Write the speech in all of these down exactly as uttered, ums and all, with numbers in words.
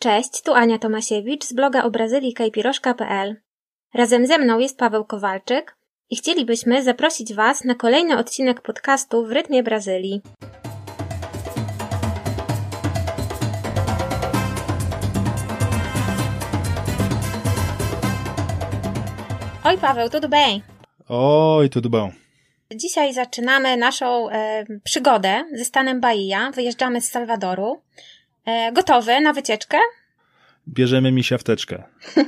Cześć, tu Ania Tomasiewicz z bloga o Brazylii kajpiroszka kropka pe el. Razem ze mną jest Paweł Kowalczyk i chcielibyśmy zaprosić Was na kolejny odcinek podcastu w rytmie Brazylii. Oj Paweł, tudo bem? Oj, tudo bom. Dzisiaj zaczynamy naszą e, przygodę ze stanem Bahia. Wyjeżdżamy z Salwadoru. E, gotowy na wycieczkę? Bierzemy mi siafteczkę.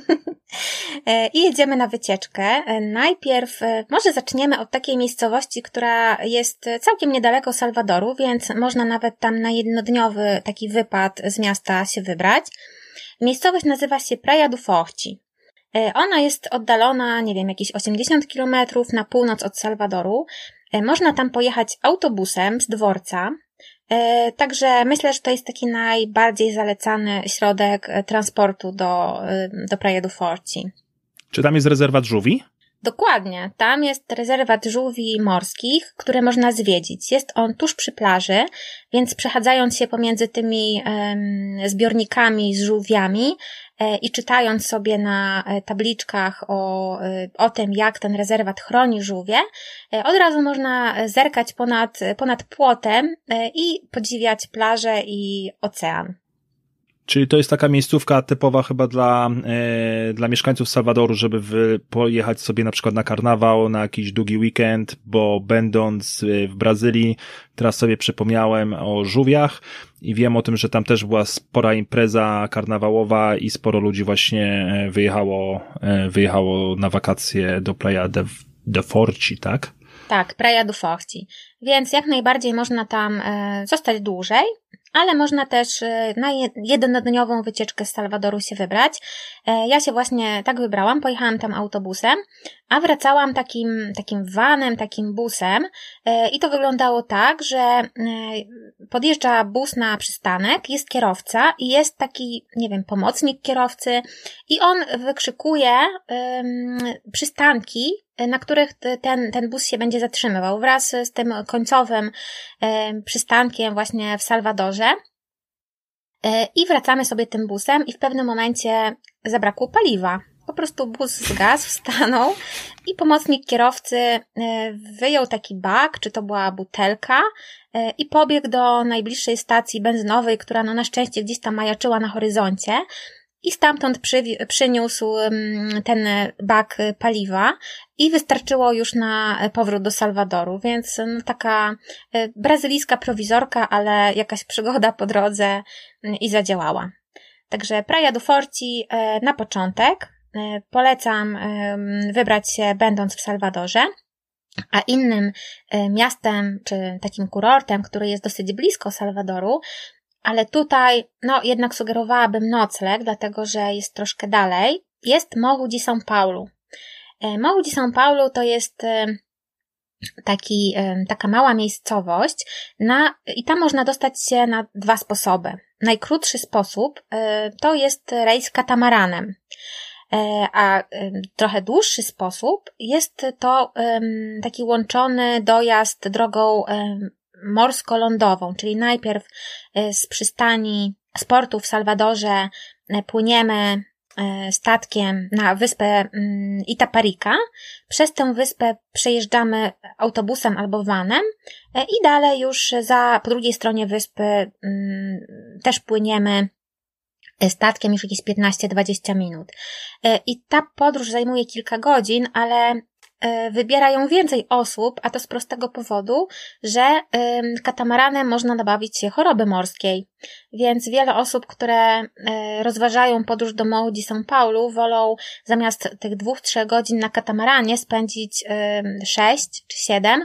I jedziemy na wycieczkę. Najpierw może zaczniemy od takiej miejscowości, która jest całkiem niedaleko Salwadoru, więc można nawet tam na jednodniowy taki wypad z miasta się wybrać. Miejscowość nazywa się Praia do Forte. Ona jest oddalona, nie wiem, jakieś osiemdziesiąt kilometrów na północ od Salwadoru. Można tam pojechać autobusem z dworca. Także myślę, że to jest taki najbardziej zalecany środek transportu do, do Praia do Forte. Czy tam jest rezerwat żółwi? Dokładnie. Tam jest rezerwat żółwi morskich, które można zwiedzić. Jest on tuż przy plaży, więc przechadzając się pomiędzy tymi um, zbiornikami z żółwiami e, i czytając sobie na tabliczkach o, o tym, jak ten rezerwat chroni żółwie, e, od razu można zerkać ponad, ponad płotem e, i podziwiać plażę i ocean. Czyli to jest taka miejscówka typowa chyba dla, e, dla mieszkańców Salwadoru, żeby wy, pojechać sobie na przykład na karnawał, na jakiś długi weekend, bo będąc w Brazylii, teraz sobie przypomniałem o żółwiach i wiem o tym, że tam też była spora impreza karnawałowa i sporo ludzi właśnie wyjechało, wyjechało na wakacje do Praia do Forte, tak? Tak, Praia do Forte. Więc jak najbardziej można tam e, zostać dłużej, ale można też na jednodniową wycieczkę z Salwadoru się wybrać. Ja się właśnie tak wybrałam, pojechałam tam autobusem, a wracałam takim, takim vanem, takim busem i to wyglądało tak, że podjeżdża bus na przystanek, jest kierowca i jest taki, nie wiem, pomocnik kierowcy i on wykrzykuje um, przystanki, na których ten, ten bus się będzie zatrzymywał wraz z tym końcowym um, przystankiem właśnie w Salwadorze. I wracamy sobie tym busem i w pewnym momencie zabrakło paliwa. Po prostu bus zgasł, stanął i pomocnik kierowcy wyjął taki bak, czy to była butelka i pobiegł do najbliższej stacji benzynowej, która no na szczęście gdzieś tam majaczyła na horyzoncie i stamtąd przy, przyniósł ten bak paliwa i wystarczyło już na powrót do Salwadoru, więc no, taka brazylijska prowizorka, ale jakaś przygoda po drodze i zadziałała. Także Praia do Forte na początek. Polecam wybrać się będąc w Salwadorze, a innym miastem czy takim kurortem, który jest dosyć blisko Salwadoru, ale tutaj no jednak sugerowałabym nocleg, dlatego że jest troszkę dalej, jest Morro de São Paulo. Morro de São Paulo to jest taki, taka mała miejscowość na, i tam można dostać się na dwa sposoby. Najkrótszy sposób to jest rejs katamaranem. A trochę dłuższy sposób jest to taki łączony dojazd drogą morsko-lądową, czyli najpierw z przystani z portu w Salwadorze płyniemy statkiem na wyspę Itaparica, przez tę wyspę przejeżdżamy autobusem albo vanem i dalej już za, po drugiej stronie wyspy też płyniemy statkiem już jakieś piętnaście dwadzieścia minut. I ta podróż zajmuje kilka godzin, ale wybiera ją więcej osób, a to z prostego powodu, że katamaranem można nabawić się choroby morskiej. Więc wiele osób, które rozważają podróż do Morro de São Paulo, wolą zamiast tych dwóch, trzech godzin na katamaranie spędzić sześć czy siedem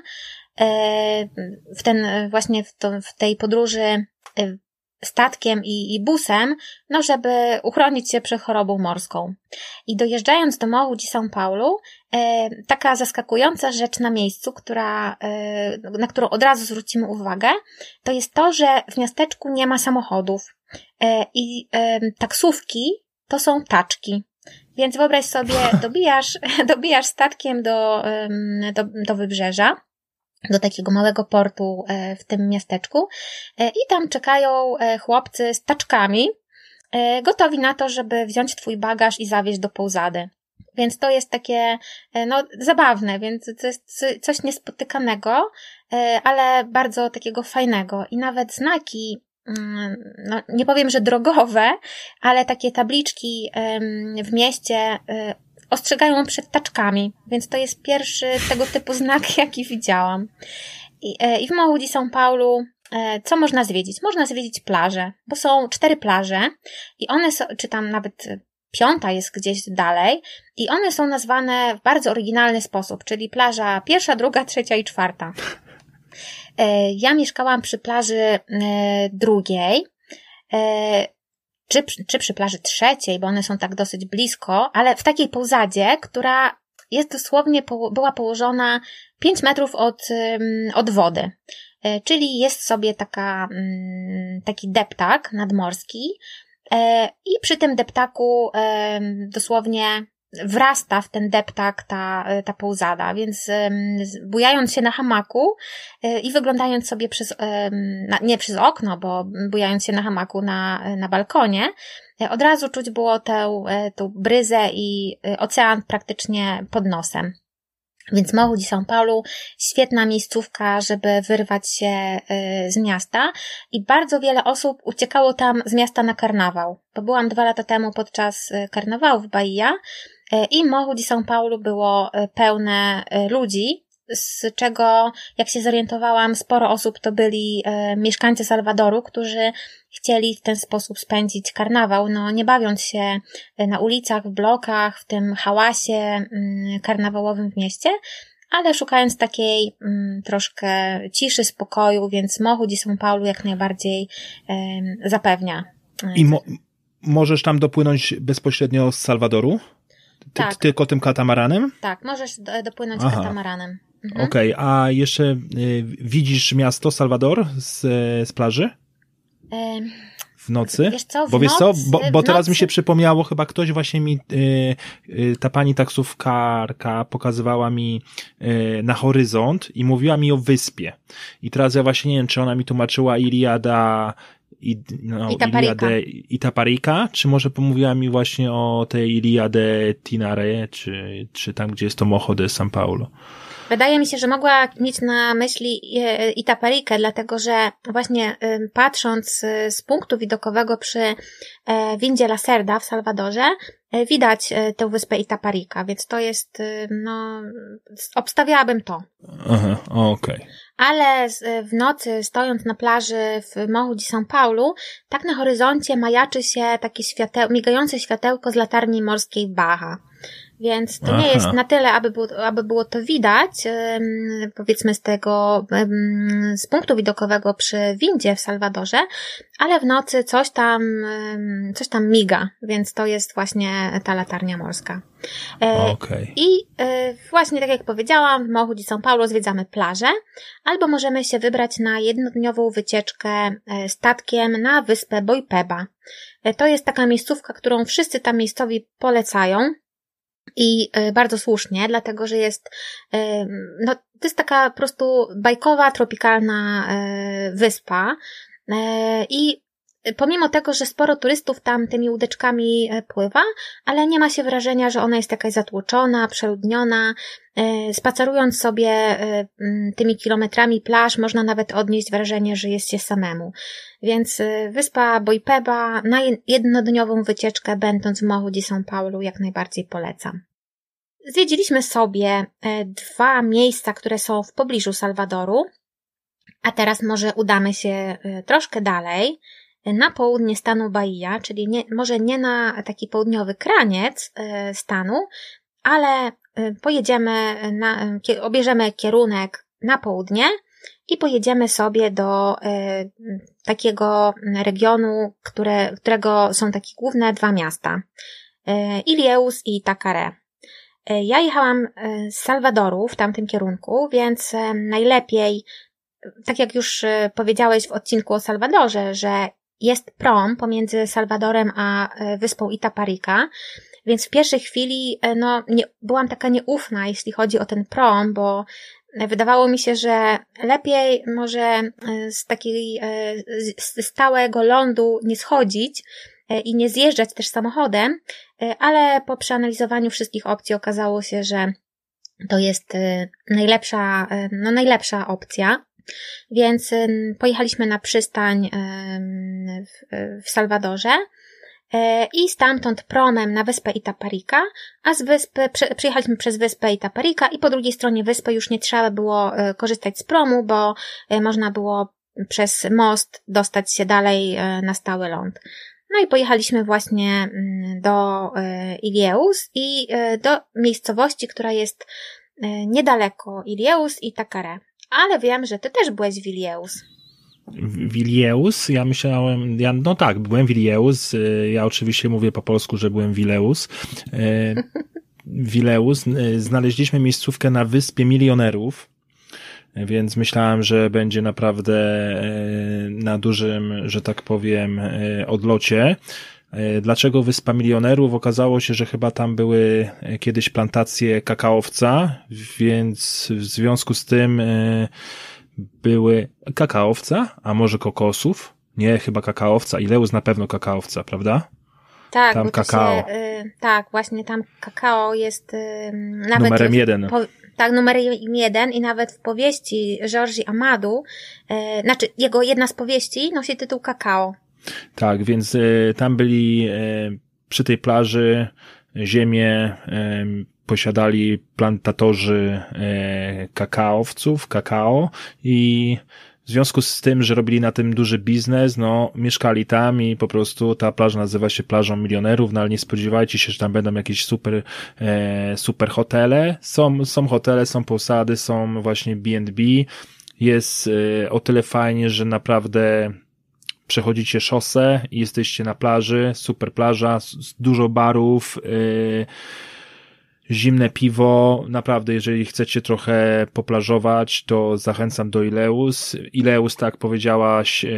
w ten właśnie w, to, w tej podróży statkiem i, i busem, no żeby uchronić się przed chorobą morską. I dojeżdżając do Morro de São Paulo, e, taka zaskakująca rzecz na miejscu, która, e, na którą od razu zwrócimy uwagę, to jest to, że w miasteczku nie ma samochodów e, i e, taksówki to są taczki. Więc wyobraź sobie, dobijasz, dobijasz statkiem do, do, do wybrzeża, do takiego małego portu w tym miasteczku i tam czekają chłopcy z taczkami gotowi na to, żeby wziąć twój bagaż i zawieźć do Pousady. Więc to jest takie, no, zabawne, więc to jest coś niespotykanego, ale bardzo takiego fajnego. I nawet znaki, no, nie powiem, że drogowe, ale takie tabliczki w mieście ostrzegają przed taczkami, więc to jest pierwszy tego typu znak, jaki widziałam. I, i w Morro de São Paulo co można zwiedzić? Można zwiedzić plaże, bo są cztery plaże i one są, czy tam nawet piąta jest gdzieś dalej i one są nazwane w bardzo oryginalny sposób, czyli plaża pierwsza, druga, trzecia i czwarta. Ja mieszkałam przy plaży drugiej, czy, czy przy plaży trzeciej, bo one są tak dosyć blisko, ale w takiej Pousadzie, która jest dosłownie, była położona pięć metrów od, od wody. Czyli jest sobie taka, taki deptak nadmorski i przy tym deptaku dosłownie wrasta w ten deptak ta, ta Pousada, więc bujając się na hamaku i wyglądając sobie przez, nie przez okno, bo bujając się na hamaku na, na balkonie, od razu czuć było tę, tę bryzę i ocean praktycznie pod nosem. Więc Morro de São Paulo, świetna miejscówka, żeby wyrwać się z miasta i bardzo wiele osób uciekało tam z miasta na karnawał, bo byłam dwa lata temu podczas karnawału w Bahia i Morro de São Paulo było pełne ludzi, z czego, jak się zorientowałam, sporo osób to byli e, mieszkańcy Salwadoru, którzy chcieli w ten sposób spędzić karnawał, no nie bawiąc się na ulicach, w blokach, w tym hałasie mm, karnawałowym w mieście, ale szukając takiej mm, troszkę ciszy, spokoju, więc Morro de São Paulo jak najbardziej e, zapewnia. I mo- możesz tam dopłynąć bezpośrednio z Salwadoru? Ty, tak. Tylko tym katamaranem? Tak, możesz dopłynąć Aha. katamaranem. Mhm. Okej, okay, a jeszcze y, widzisz miasto Salwador z, z plaży? Ym, w nocy? Wiesz co, w bo wiesz co, nocy, bo, bo teraz nocy... mi się przypomniało, chyba ktoś właśnie mi, y, y, ta pani taksówkarka pokazywała mi y, na horyzont i mówiła mi o wyspie. I teraz ja właśnie nie wiem, czy ona mi tłumaczyła Iliada I, no, Itaparika. Iliadę Itaparika, czy może pomówiła mi właśnie o tej Iliadę Tinare, czy, czy tam, gdzie jest to Morro de São Paulo. Wydaje mi się, że mogła mieć na myśli Itaparikę, dlatego że właśnie patrząc z punktu widokowego przy windzie Lacerda w Salwadorze, widać tę wyspę Itaparika, więc to jest, no, obstawiałabym to. Aha, okej. Okay. Ale w nocy, stojąc na plaży w Morro de São Paulo, tak na horyzoncie majaczy się takie świateł, migające światełko z latarni morskiej Baja. Więc to Aha. nie jest na tyle, aby było, aby było to widać, um, powiedzmy z tego, um, z punktu widokowego przy windzie w Salwadorze, ale w nocy coś tam, um, coś tam miga, więc to jest właśnie ta latarnia morska. E, okay. I e, właśnie tak jak powiedziałam, w Morro de São Paulo zwiedzamy plażę, albo możemy się wybrać na jednodniową wycieczkę e, statkiem na wyspę Boipeba. E, to jest taka miejscówka, którą wszyscy tam miejscowi polecają. I bardzo słusznie, dlatego że jest, no, to jest taka po prostu bajkowa, tropikalna wyspa i pomimo tego, że sporo turystów tam tymi łódeczkami pływa, ale nie ma się wrażenia, że ona jest jakaś zatłoczona, przeludniona. Spacerując sobie tymi kilometrami plaż, można nawet odnieść wrażenie, że jest się samemu. Więc wyspa Boipeba na jednodniową wycieczkę, będąc w Morro de São Paulo, jak najbardziej polecam. Zwiedziliśmy sobie dwa miejsca, które są w pobliżu Salwadoru, a teraz może udamy się troszkę dalej, na południe stanu Bahia, czyli nie, może nie na taki południowy kraniec stanu, ale pojedziemy, na, obierzemy kierunek na południe i pojedziemy sobie do e, takiego regionu, które, którego są takie główne dwa miasta, e, Ilhéus i Itacaré. E, ja jechałam z Salwadoru w tamtym kierunku, więc e, najlepiej, tak jak już e, powiedziałeś w odcinku o Salwadorze, że jest prom pomiędzy Salwadorem a e, wyspą Itaparika, więc w pierwszej chwili no, nie, byłam taka nieufna, jeśli chodzi o ten prom, bo wydawało mi się, że lepiej może z takiej z stałego lądu nie schodzić i nie zjeżdżać też samochodem, ale po przeanalizowaniu wszystkich opcji okazało się, że to jest najlepsza, no najlepsza opcja. Więc pojechaliśmy na przystań w, w Salwadorze i stamtąd promem na wyspę Itaparica, a z wyspy prze, przejechaliśmy przez wyspę Itaparica i po drugiej stronie wyspy już nie trzeba było korzystać z promu, bo można było przez most dostać się dalej na stały ląd. No i pojechaliśmy właśnie do Ilieus i do miejscowości, która jest niedaleko Ilieus i Tacaré. Ale wiem, że ty też byłeś w Ilieus. Vilieus? Ja myślałem, ja, no tak, byłem w Ilieus. Ja oczywiście mówię po polsku, że byłem w Ilieus. Vilieus. Znaleźliśmy miejscówkę na Wyspie Milionerów, więc myślałem, że będzie naprawdę na dużym, że tak powiem, odlocie. Dlaczego Wyspa Milionerów? Okazało się, że chyba tam były kiedyś plantacje kakaowca, więc w związku z tym były kakaowca, a może kokosów? Nie, chyba kakaowca. Ilieus na pewno kakaowca, prawda? Tak, tam bo kakao. Się, y, tak, właśnie tam kakao jest y, nawet numerem jeden. Po, tak, numerem jeden i nawet w powieści Georgi Amadu, y, znaczy jego jedna z powieści nosi tytuł Kakao. Tak, więc y, tam byli y, przy tej plaży ziemię y, posiadali plantatorzy y, kakaowców, kakao i w związku z tym, że robili na tym duży biznes, no mieszkali tam i po prostu ta plaża nazywa się plażą milionerów, no ale nie spodziewajcie się, że tam będą jakieś super e, super hotele. Są, są hotele, są posady, są właśnie B and B. Jest e, o tyle fajnie, że naprawdę przechodzicie szosę i jesteście na plaży, super plaża, dużo barów, yy, zimne piwo, naprawdę jeżeli chcecie trochę poplażować, to zachęcam do Ilieus. Ilieus, tak powiedziałaś, yy,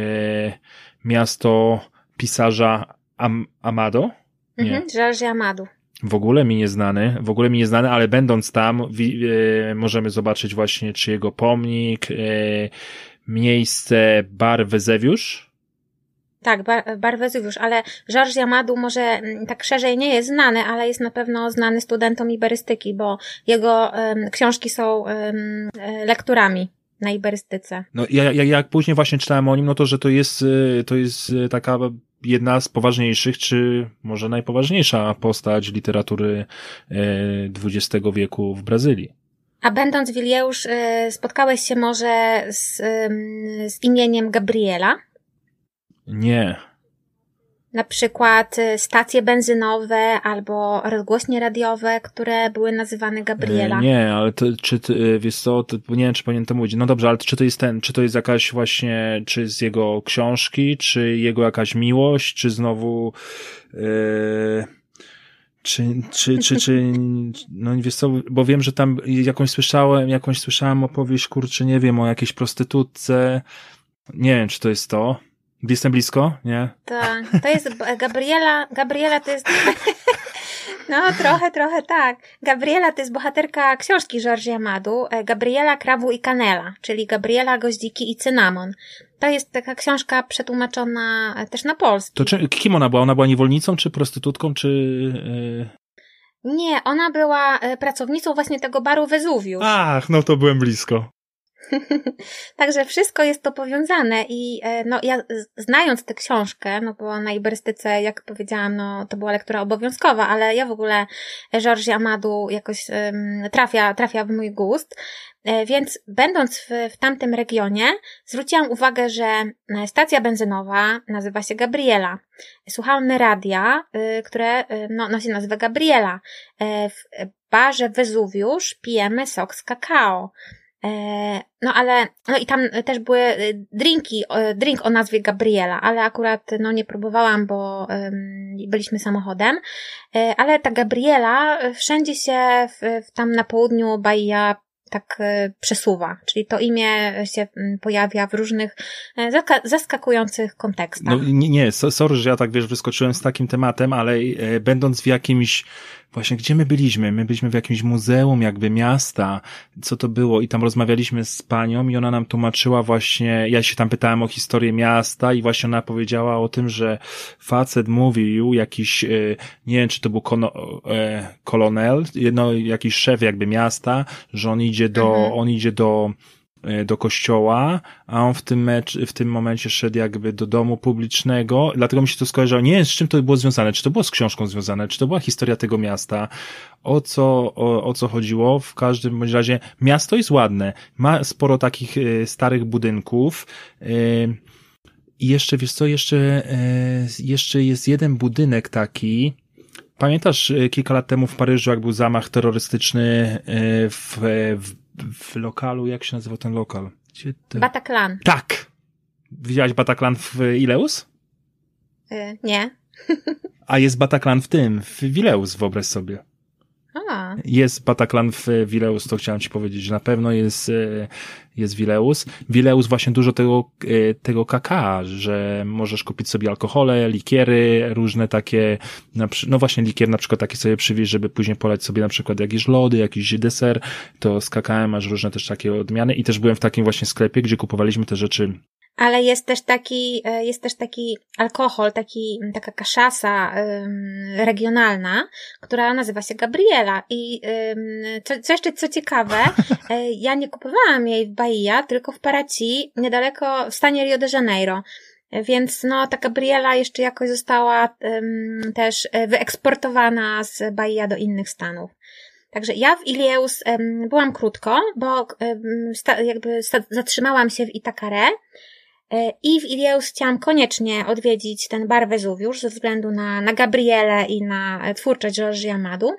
miasto pisarza Am- Amado? Nie. Mhm, Georgi Amadu. W ogóle mi nieznany, w ogóle mi nieznany, ale będąc tam wi- yy, możemy zobaczyć właśnie czy jego pomnik, yy, miejsce bar Wezewiusz. Tak, bar, bar Wezuwiusz, ale Georgi Amadu może tak szerzej nie jest znany, ale jest na pewno znany studentom iberystyki, bo jego um, książki są um, lekturami na iberystyce. No ja, ja jak później właśnie czytałem o nim, no to, że to jest, to jest taka jedna z poważniejszych, czy może najpoważniejsza postać literatury dwudziestego wieku w Brazylii. A będąc w Ilieus, spotkałeś się może z, z imieniem Gabriela? Nie. Na przykład stacje benzynowe albo rozgłośnie radiowe, które były nazywane Gabriela. E, nie, ale to, czy ty, wiesz co, to, nie wiem, czy powinien to mówić. No dobrze, ale czy to jest ten, czy to jest jakaś właśnie, czy z jego książki, czy jego jakaś miłość, czy znowu yy, czy, czy, czy, czy, no wiesz co, bo wiem, że tam jakąś słyszałem, jakąś słyszałem opowieść, kurczę, nie wiem, o jakiejś prostytutce. Nie wiem, czy to jest to. Jestem blisko? Nie? Tak, to jest Gabriela, Gabriela to jest, no trochę, trochę tak. Gabriela to jest bohaterka książki Georgi Amadu, Gabriela Krawu i Kanela, czyli Gabriela Goździki i Cynamon. To jest taka książka przetłumaczona też na polski. To czy, kim ona była? Ona była niewolnicą, czy prostytutką, czy... Yy... Nie, ona była pracownicą właśnie tego baru Wezuwiusz. Ach, no to byłem blisko. Także wszystko jest to powiązane i no ja znając tę książkę, no bo na iberystyce, jak powiedziałam, no to była lektura obowiązkowa, ale ja w ogóle Georgi Amadu jakoś um, trafia, trafia w mój gust, więc będąc w, w tamtym regionie zwróciłam uwagę, że stacja benzynowa nazywa się Gabriela. Słuchamy radia, y, które y, no, nosi nazwę Gabriela. Y, w barze Wezuwiusz pijemy sok z kakao. No ale, no i tam też były drinki, drink o nazwie Gabriela, ale akurat no nie próbowałam, bo um, byliśmy samochodem, ale ta Gabriela wszędzie się w, w tam na południu Bahia tak przesuwa, czyli to imię się pojawia w różnych zaskakujących kontekstach. No nie, nie, sorry, że ja tak wiesz, wyskoczyłem z takim tematem, ale e, będąc w jakimś właśnie gdzie my byliśmy? My byliśmy w jakimś muzeum jakby miasta, co to było i tam rozmawialiśmy z panią i ona nam tłumaczyła właśnie, ja się tam pytałem o historię miasta i właśnie ona powiedziała o tym, że facet mówił jakiś, nie wiem czy to był kono, kolonel, no jakiś szef jakby miasta, że on idzie do, mhm. on idzie do do kościoła, a on w tym mecz, w tym momencie szedł jakby do domu publicznego, dlatego mi się to skojarzyło, nie wiem z czym to było związane, czy to było z książką związane, czy to była historia tego miasta, o co, o, o co chodziło, w każdym bądź razie miasto jest ładne, ma sporo takich y, starych budynków, y, i jeszcze, wiesz co, jeszcze, y, jeszcze jest jeden budynek taki, pamiętasz y, kilka lat temu w Paryżu, jak był zamach terrorystyczny y, w, w w lokalu, jak się nazywał ten lokal? Gdzie to... Bataclan. Tak! Widziałaś Bataclan w Ileus? Yy, nie. A jest Bataclan w tym, w Wileus, wyobraź sobie. A. Jest Bataclan w Wileus, to chciałem ci powiedzieć, że na pewno jest, jest Wileus. Wileus właśnie dużo tego, tego kakao, że możesz kupić sobie alkohole, likiery, różne takie, no właśnie likier na przykład taki sobie przywieźć, żeby później polać sobie na przykład jakieś lody, jakiś deser, to z kakałem masz różne też takie odmiany i też byłem w takim właśnie sklepie, gdzie kupowaliśmy te rzeczy. Ale jest też taki, jest też taki alkohol, taki, taka kaszasa um, regionalna, która nazywa się Gabriela. I um, co, co jeszcze, co ciekawe, ja nie kupowałam jej w Bahia, tylko w Paraty, niedaleko w stanie Rio de Janeiro. Więc no, ta Gabriela jeszcze jakoś została um, też wyeksportowana z Bahia do innych stanów. Także ja w Ilieus um, byłam krótko, bo um, sta, jakby sta, zatrzymałam się w Itacaré, i w Ilieus chciałam koniecznie odwiedzić ten bar Vesuvius ze względu na, na Gabrielę i na twórczość Jorge Amado.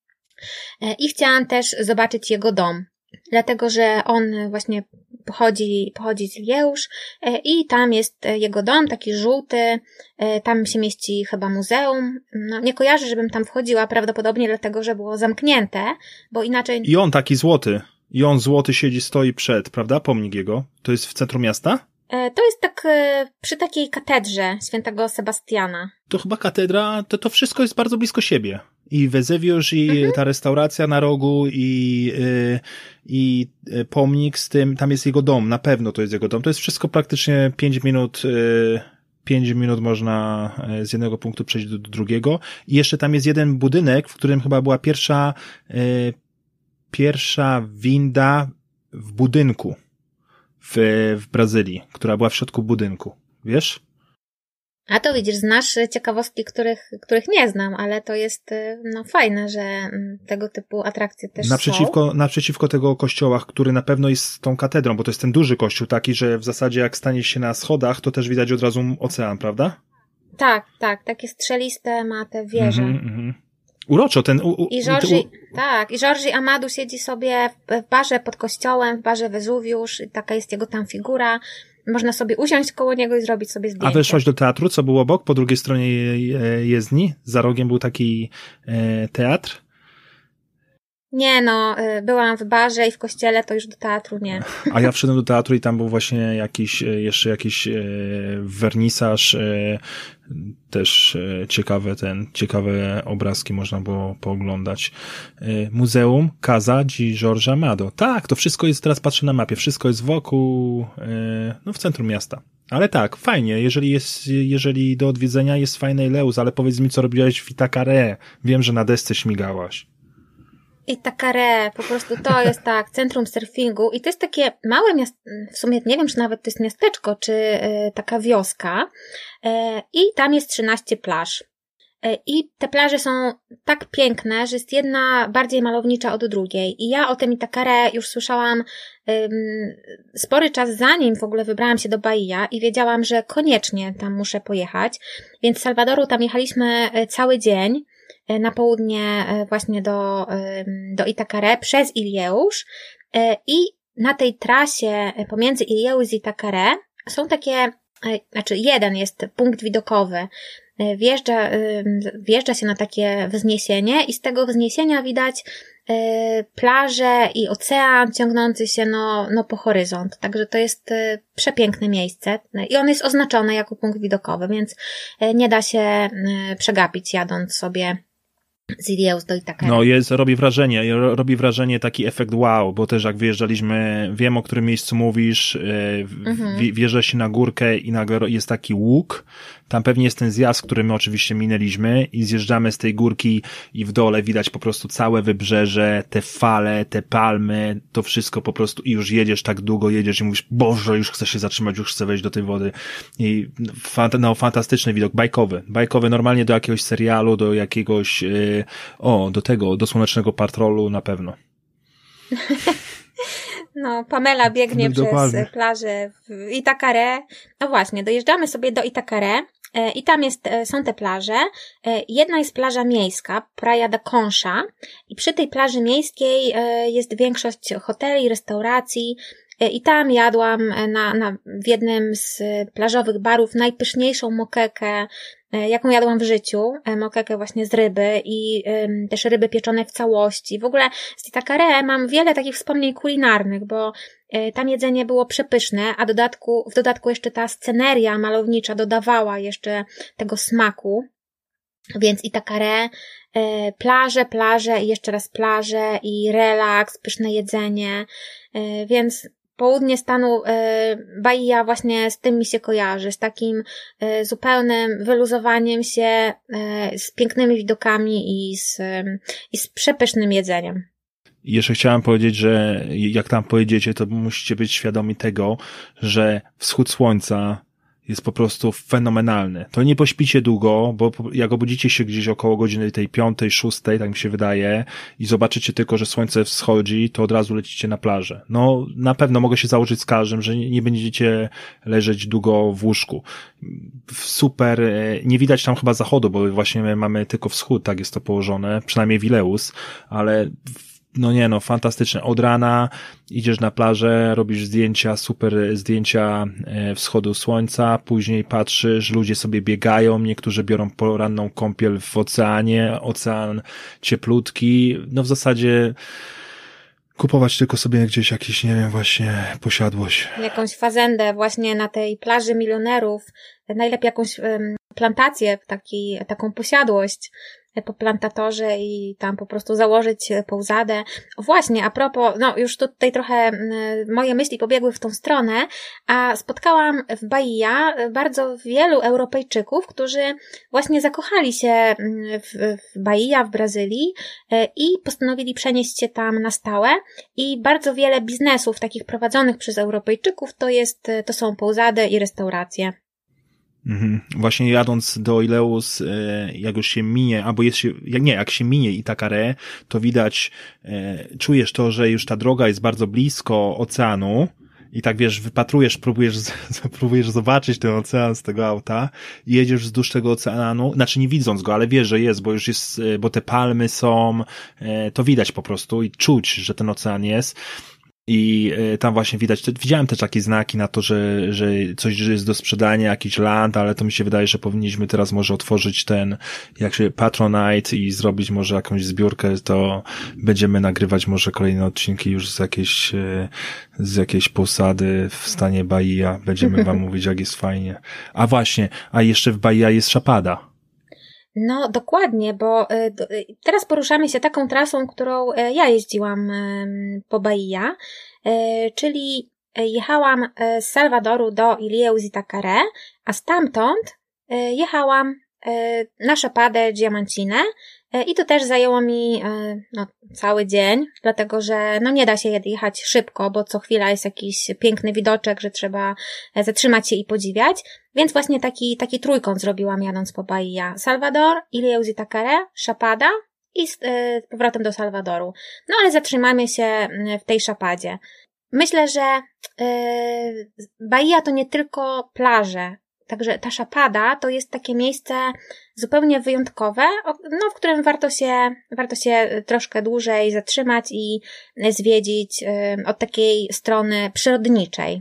I chciałam też zobaczyć jego dom, dlatego że on właśnie pochodzi, pochodzi z Ilieus i tam jest jego dom, taki żółty, tam się mieści chyba muzeum. No, nie kojarzę, żebym tam wchodziła, prawdopodobnie dlatego, że było zamknięte, bo inaczej... I on taki złoty, i on złoty siedzi, stoi przed, prawda? Pomnik jego. To jest w centrum miasta? To jest tak przy takiej katedrze świętego Sebastiana. To chyba katedra, to to wszystko jest bardzo blisko siebie. I Vesuvius, i mhm. ta restauracja na rogu, i, i, i pomnik z tym, tam jest jego dom, na pewno to jest jego dom. To jest wszystko praktycznie pięć minut, pięć minut można z jednego punktu przejść do, do drugiego. I jeszcze tam jest jeden budynek, w którym chyba była pierwsza, pierwsza winda w budynku. W, w Brazylii, która była w środku budynku. Wiesz? A to widzisz, znasz ciekawostki, których, których nie znam, ale to jest no fajne, że tego typu atrakcje też naprzeciwko, są. Naprzeciwko tego kościoła, który na pewno jest tą katedrą, bo to jest ten duży kościół taki, że w zasadzie jak staniesz się na schodach, to też widać od razu ocean, prawda? Tak, tak, takie strzeliste ma te wieże. Mm-hmm, mm-hmm. Uroczo, ten... U, u, I Jorge, u, tak, i Jorge Amado siedzi sobie w, w barze pod kościołem, w barze Vesuvius, taka jest jego tam figura. Można sobie usiąść koło niego i zrobić sobie zdjęcie. A weszłaś do teatru, co było obok, po drugiej stronie jezdni? Za rogiem był taki e, teatr? Nie no, byłam w barze i w kościele, to już do teatru nie. A ja wszedłem do teatru i tam był właśnie jakiś, jeszcze jakiś e, wernisaż, e, też e, ciekawe ten, ciekawe obrazki można było pooglądać. E, Muzeum Casa di Jorge Amado. Tak, to wszystko jest, teraz patrzę na mapie, wszystko jest wokół, e, no w centrum miasta. Ale tak, fajnie, jeżeli jest, jeżeli do odwiedzenia jest fajny Ileus, ale powiedz mi, co robiłaś w Itacaré. Wiem, że na desce śmigałaś. Itacaré, po prostu to jest tak, centrum surfingu i to jest takie małe miasto, w sumie nie wiem, czy nawet to jest miasteczko, czy y, taka wioska y, i tam jest trzynaście plaż. Y, I te plaże są tak piękne, że jest jedna bardziej malownicza od drugiej. I ja o tym Itacaré już słyszałam y, spory czas zanim w ogóle wybrałam się do Bahia i wiedziałam, że koniecznie tam muszę pojechać. Więc z Salwadoru tam jechaliśmy cały dzień na południe właśnie do, do Itacaré przez Ilieus i na tej trasie pomiędzy Ilieus i Itacaré są takie, znaczy jeden jest punkt widokowy. Wjeżdża, wjeżdża się na takie wzniesienie i z tego wzniesienia widać plaże i ocean ciągnący się no, no po horyzont. Także to jest przepiękne miejsce i on jest oznaczony jako punkt widokowy, więc nie da się przegapić jadąc sobie z Ilieus do Itakare. No jest, robi wrażenie, robi wrażenie taki efekt wow, bo też jak wyjeżdżaliśmy, wiem o którym miejscu mówisz, mhm. wjeżdża się na górkę i nagle jest taki łuk, tam pewnie jest ten zjazd, który my oczywiście minęliśmy i zjeżdżamy z tej górki i w dole widać po prostu całe wybrzeże, te fale, te palmy, to wszystko po prostu i już jedziesz tak długo, jedziesz i mówisz, Boże, już chcę się zatrzymać, już chcę wejść do tej wody i no fantastyczny widok, bajkowy, bajkowy normalnie do jakiegoś serialu, do jakiegoś yy, o, do tego, do Słonecznego Patrolu na pewno. No, Pamela biegnie no, przez dokładnie. plażę w Itakare. No właśnie, dojeżdżamy sobie do Itakare i tam jest, są te plaże. Jedna jest plaża miejska, Praia da Concha i przy tej plaży miejskiej jest większość hoteli, restauracji i tam jadłam na, na, w jednym z plażowych barów najpyszniejszą mokekę, jaką jadłam w życiu, mokekę właśnie z ryby i um, też ryby pieczone w całości. W ogóle z Itakare mam wiele takich wspomnień kulinarnych, bo y, tam jedzenie było przepyszne, a dodatku, w dodatku jeszcze ta sceneria malownicza dodawała jeszcze tego smaku. Więc Itakare, y, plaże, plaże i jeszcze raz plaże i relaks, pyszne jedzenie, y, więc południe stanu Bahia właśnie z tym mi się kojarzy, z takim zupełnym wyluzowaniem się, z pięknymi widokami i z, i z przepysznym jedzeniem. I jeszcze chciałem powiedzieć, że jak tam pojedziecie, to musicie być świadomi tego, że wschód słońca jest po prostu fenomenalny. To nie pośpicie długo, bo jak obudzicie się gdzieś około godziny tej piątej, szóstej, tak mi się wydaje, i zobaczycie tylko, że słońce wschodzi, to od razu lecicie na plażę. No, na pewno mogę się założyć z każdym, że nie będziecie leżeć długo w łóżku. Super, nie widać tam chyba zachodu, bo właśnie my mamy tylko wschód, tak jest to położone, przynajmniej Wileus, ale no nie no, fantastyczne. Od rana idziesz na plażę, robisz zdjęcia, super zdjęcia wschodu słońca, później patrzysz, ludzie sobie biegają, niektórzy biorą poranną kąpiel w oceanie, ocean cieplutki, no w zasadzie kupować tylko sobie gdzieś jakiś, nie wiem, właśnie posiadłość. Jakąś fazendę właśnie na tej plaży milionerów, najlepiej jakąś um, plantację, taki, taką posiadłość po plantatorze i tam po prostu założyć pousadę. Właśnie, a propos, no już tutaj trochę moje myśli pobiegły w tą stronę, a spotkałam w Bahia bardzo wielu Europejczyków, którzy właśnie zakochali się w, w Bahia, w Brazylii i postanowili przenieść się tam na stałe i bardzo wiele biznesów takich prowadzonych przez Europejczyków to jest, to są pousady i restauracje. Mhm. Właśnie jadąc do Ileus, jak już się minie, albo jest się, jak nie, jak się minie Itakare, to widać, czujesz to, że już ta droga jest bardzo blisko oceanu i tak wiesz, wypatrujesz, próbujesz, próbujesz zobaczyć ten ocean z tego auta i jedziesz wzdłuż tego oceanu, znaczy nie widząc go, ale wiesz, że jest, bo już jest, bo te palmy są, to widać po prostu i czuć, że ten ocean jest. I tam właśnie widać, widziałem też takie znaki na to, że, że coś jest do sprzedania, jakiś land, ale to mi się wydaje, że powinniśmy teraz może otworzyć ten, jak się Patronite i zrobić może jakąś zbiórkę, to będziemy nagrywać może kolejne odcinki już z jakiejś, z jakiejś posady w stanie Bahia. Będziemy wam mówić, jak jest fajnie. A właśnie, a jeszcze w Bahia jest Chapada. No, dokładnie, bo teraz poruszamy się taką trasą, którą ja jeździłam po Bahia, czyli jechałam z Salwadoru do Ilhéus Itakare, a stamtąd jechałam na Chapadę Diamantinę i to też zajęło mi no, cały dzień, dlatego że no nie da się jechać szybko, bo co chwila jest jakiś piękny widoczek, że trzeba zatrzymać się i podziwiać, więc właśnie taki, taki trójkąt zrobiłam jadąc po Bahia. Salwador, Ilhéus Itakare, Chapada i z y, powrotem do Salwadoru. No ale zatrzymamy się w tej Chapadzie. Myślę, że y, Bahia to nie tylko plaże. Także ta Chapada to jest takie miejsce zupełnie wyjątkowe, no, w którym warto się, warto się troszkę dłużej zatrzymać i zwiedzić od takiej strony przyrodniczej.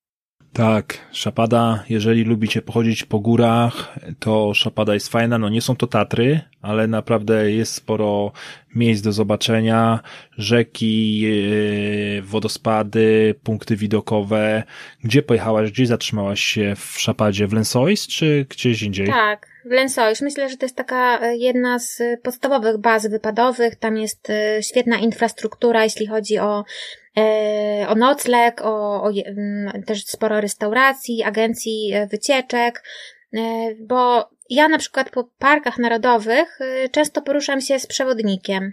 Tak, Chapada, jeżeli lubicie pochodzić po górach, to Chapada jest fajna, no nie są to Tatry, ale naprawdę jest sporo miejsc do zobaczenia, rzeki, wodospady, punkty widokowe. Gdzie pojechałaś, gdzie zatrzymałaś się w Chapadzie? W Lençóis czy gdzieś indziej? Tak, w Lensoisz. Myślę, że to jest taka jedna z podstawowych baz wypadowych. Tam jest świetna infrastruktura, jeśli chodzi o, o nocleg, o, o też sporo restauracji, agencji wycieczek, bo ja na przykład po parkach narodowych często poruszam się z przewodnikiem,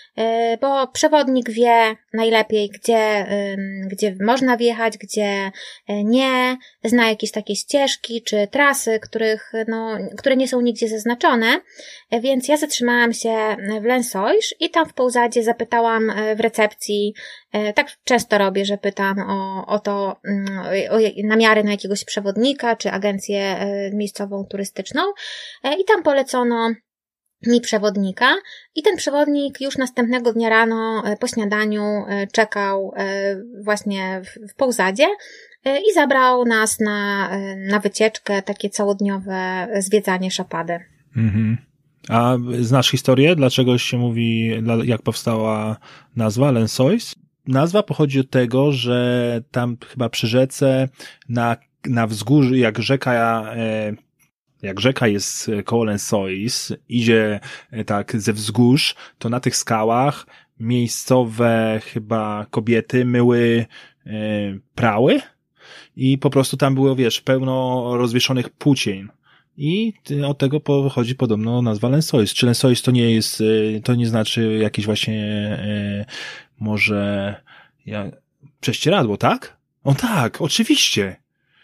bo przewodnik wie najlepiej, gdzie, gdzie można wjechać, gdzie nie, zna jakieś takie ścieżki czy trasy, których, no, które nie są nigdzie zaznaczone, więc ja zatrzymałam się w Lensoisz i tam w Połzadzie zapytałam w recepcji, tak często robię, że pytam o, o to, o namiary na jakiegoś przewodnika czy agencję miejscową turystyczną i tam polecono mi przewodnika i ten przewodnik już następnego dnia rano po śniadaniu czekał właśnie w Połzadzie i zabrał nas na, na wycieczkę, takie całodniowe zwiedzanie Szapady. Mhm. A znasz historię? Dlaczego się mówi, jak powstała nazwa Lensoisz? Nazwa pochodzi od tego, że tam chyba przy rzece na, na wzgórzu, jak rzeka Jak rzeka jest koło Lensoisz, idzie tak ze wzgórz, to na tych skałach miejscowe chyba kobiety myły e, prały i po prostu tam było, wiesz, pełno rozwieszonych płócień. I od tego pochodzi podobno nazwa Lensoisz. Czy Lensoisz to nie jest, to nie znaczy jakieś właśnie e, może ja, prześcieradło, tak? O tak, oczywiście.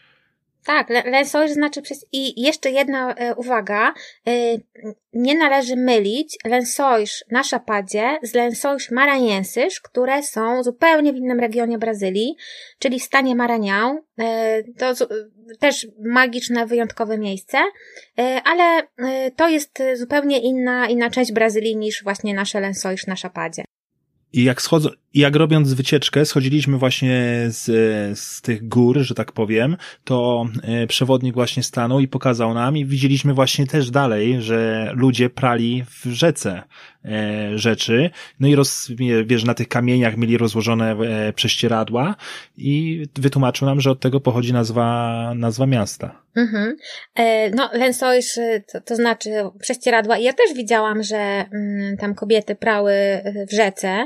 Tak, Lensoisz znaczy przez... I jeszcze jedna e, uwaga, e, nie należy mylić Lensoisz na Szapadzie z Lensoisz maranhenses, które są zupełnie w innym regionie Brazylii, czyli w stanie Maranhão. E, to z, też magiczne, wyjątkowe miejsce, e, ale e, to jest zupełnie inna, inna część Brazylii niż właśnie nasze Lensoisz na Szapadzie. I jak schodzą, i jak robiąc wycieczkę, schodziliśmy właśnie z, z tych gór, że tak powiem, to przewodnik właśnie stanął i pokazał nam i widzieliśmy właśnie też dalej, że ludzie prali w rzece e, rzeczy, no i roz, wiesz, na tych kamieniach mieli rozłożone e, prześcieradła i wytłumaczył nam, że od tego pochodzi nazwa, nazwa miasta. Mhm. E, no, Lensoisz to, to znaczy prześcieradła i ja też widziałam, że mm, tam kobiety prały w rzece,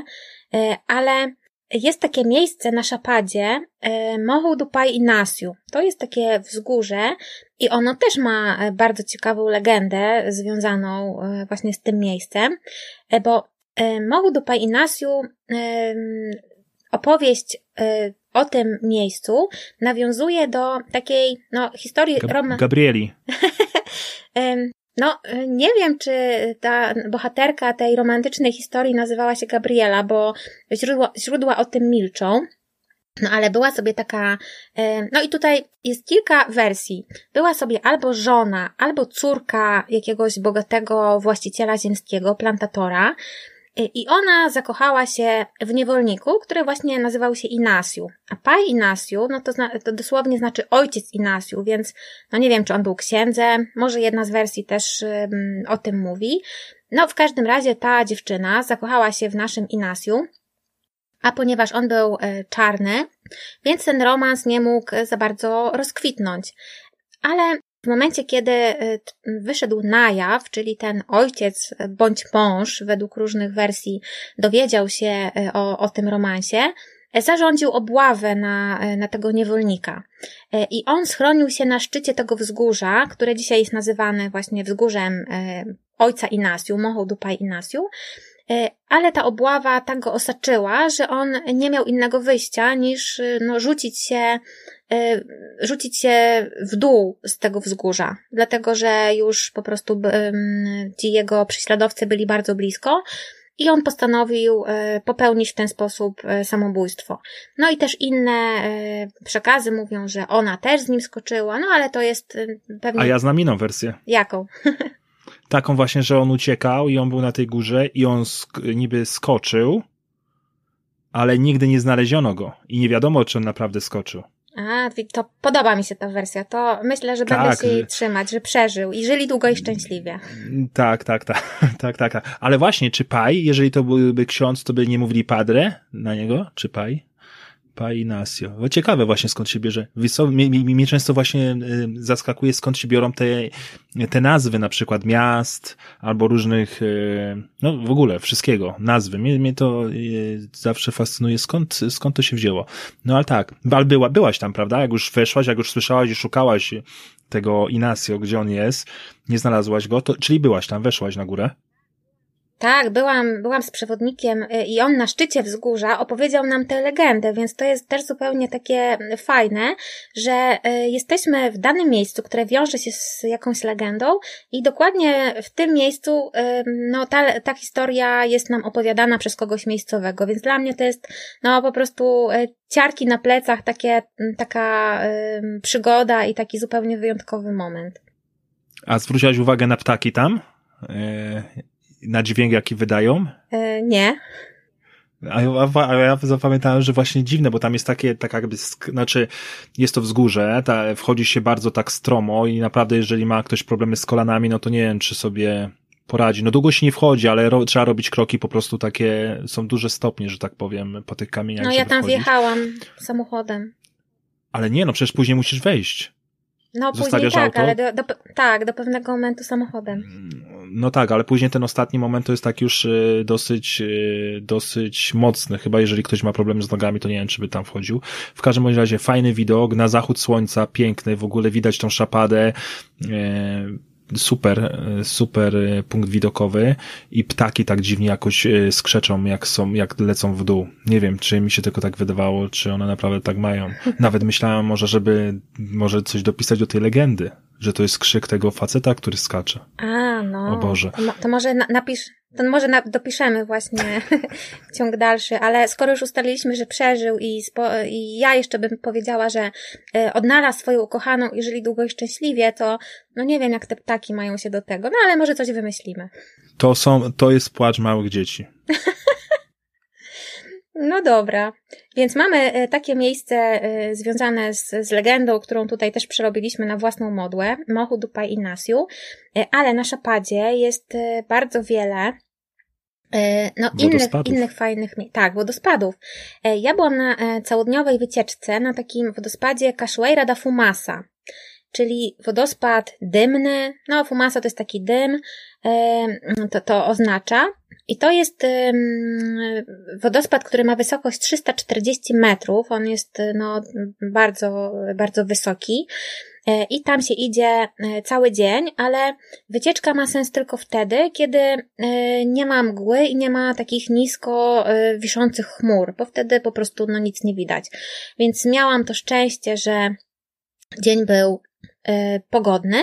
ale jest takie miejsce na Szapadzie, Morro do Pai Inácio. To jest takie wzgórze i ono też ma bardzo ciekawą legendę związaną właśnie z tym miejscem, bo Morro do Pai Inácio, opowieść o tym miejscu nawiązuje do takiej, no, historii Gab- Roma... Gabrieli. No, nie wiem, czy ta bohaterka tej romantycznej historii nazywała się Gabriela, bo źródła, źródła o tym milczą. No, ale była sobie taka, no i tutaj jest kilka wersji. Była sobie albo żona, albo córka jakiegoś bogatego właściciela ziemskiego, plantatora, i ona zakochała się w niewolniku, który właśnie nazywał się Inácio. A Pai Inácio, no to, zna, to dosłownie znaczy ojciec Inácio, więc no nie wiem, czy on był księdzem, może jedna z wersji też um, o tym mówi. No w każdym razie ta dziewczyna zakochała się w naszym Inácio, a ponieważ on był e, czarny, więc ten romans nie mógł za bardzo rozkwitnąć. Ale w momencie, kiedy wyszedł na jaw, czyli ten ojciec bądź mąż, według różnych wersji, dowiedział się o, o tym romansie, zarządził obławę na, na tego niewolnika. I on schronił się na szczycie tego wzgórza, które dzisiaj jest nazywane właśnie wzgórzem ojca Inácio, Morro do Pai Inácio, ale ta obława tak go osaczyła, że on nie miał innego wyjścia niż no, rzucić się rzucić się w dół z tego wzgórza, dlatego że już po prostu ci jego prześladowcy byli bardzo blisko i on postanowił popełnić w ten sposób samobójstwo. No i też inne przekazy mówią, że ona też z nim skoczyła, no ale to jest pewnie... A ja znam inną wersję. Jaką? Taką właśnie, że on uciekał i on był na tej górze i on sk- niby skoczył, ale nigdy nie znaleziono go i nie wiadomo, czy on naprawdę skoczył. A, to podoba mi się ta wersja. To myślę, że tak, będę się jej że... trzymać, że przeżył i żyli długo i szczęśliwie. Tak, tak, tak, tak, tak, tak. Ale właśnie, czy Pai, jeżeli to byłby ksiądz, to by nie mówili padre na niego, czy Pai? Painasio. No ciekawe właśnie skąd się bierze. Mnie, mnie, mnie często właśnie y, zaskakuje skąd się biorą te, te nazwy na przykład miast albo różnych, y, no w ogóle wszystkiego, nazwy. Mnie, mnie to y, zawsze fascynuje skąd, skąd to się wzięło. No ale tak, ale była, byłaś tam, prawda? Jak już weszłaś, jak już słyszałaś i szukałaś tego Inacio, gdzie on jest, nie znalazłaś go, to, czyli byłaś tam, weszłaś na górę? Tak, byłam, byłam z przewodnikiem i on na szczycie wzgórza opowiedział nam tę legendę, więc to jest też zupełnie takie fajne, że jesteśmy w danym miejscu, które wiąże się z jakąś legendą i dokładnie w tym miejscu no ta, ta historia jest nam opowiadana przez kogoś miejscowego, więc dla mnie to jest no po prostu ciarki na plecach, takie, taka um, przygoda i taki zupełnie wyjątkowy moment. A zwróciłaś uwagę na ptaki tam? Yy... Na dźwięk, jaki wydają? Yy, nie. A ja, a ja zapamiętałem, że właśnie dziwne, bo tam jest takie, tak jakby, znaczy, jest to wzgórze, ta, wchodzi się bardzo tak stromo i naprawdę, jeżeli ma ktoś problemy z kolanami, no to nie wiem, czy sobie poradzi. No długo się nie wchodzi, ale ro, trzeba robić kroki po prostu takie, są duże stopnie, że tak powiem, po tych kamieniach. No ja tam wchodzić. wjechałam samochodem. Ale nie, no przecież później musisz wejść. No Zostawiasz później tak, auto? ale do, do, tak, do pewnego momentu samochodem. No tak, ale później ten ostatni moment to jest tak już y, dosyć y, dosyć mocny, chyba jeżeli ktoś ma problemy z nogami, to nie wiem, czy by tam wchodził. W każdym bądź razie fajny widok, na zachód słońca, piękny, w ogóle widać tą szapadę, y, super, super punkt widokowy i ptaki tak dziwnie jakoś skrzeczą, jak są, jak lecą w dół. Nie wiem, czy mi się tylko tak wydawało, czy one naprawdę tak mają. Nawet myślałem może, żeby może coś dopisać do tej legendy, że to jest krzyk tego faceta, który skacze. A, no. O Boże. To, to może na, napisz, to może na, dopiszemy właśnie ciąg dalszy, ale skoro już ustaliliśmy, że przeżył i, spo, i ja jeszcze bym powiedziała, że y, odnalazł swoją ukochaną i żyli długo i szczęśliwie, to no nie wiem, jak te ptaki mają się do tego, no ale może coś wymyślimy. To są, to jest płacz małych dzieci. No dobra, więc mamy takie miejsce związane z, z legendą, którą tutaj też przerobiliśmy na własną modłę, Morro do Pai Inácio, ale na Szapadzie jest bardzo wiele no, innych, innych fajnych miejsc. Tak, wodospadów. Ja byłam na całodniowej wycieczce na takim wodospadzie Cachoeira da Fumaça, czyli wodospad dymny, no Fumaça to jest taki dym, to, to oznacza. I to jest wodospad, który ma wysokość trzysta czterdzieści metrów, on jest no bardzo, bardzo wysoki i tam się idzie cały dzień, ale wycieczka ma sens tylko wtedy, kiedy nie ma mgły i nie ma takich nisko wiszących chmur, bo wtedy po prostu no nic nie widać. Więc miałam to szczęście, że dzień był pogodny,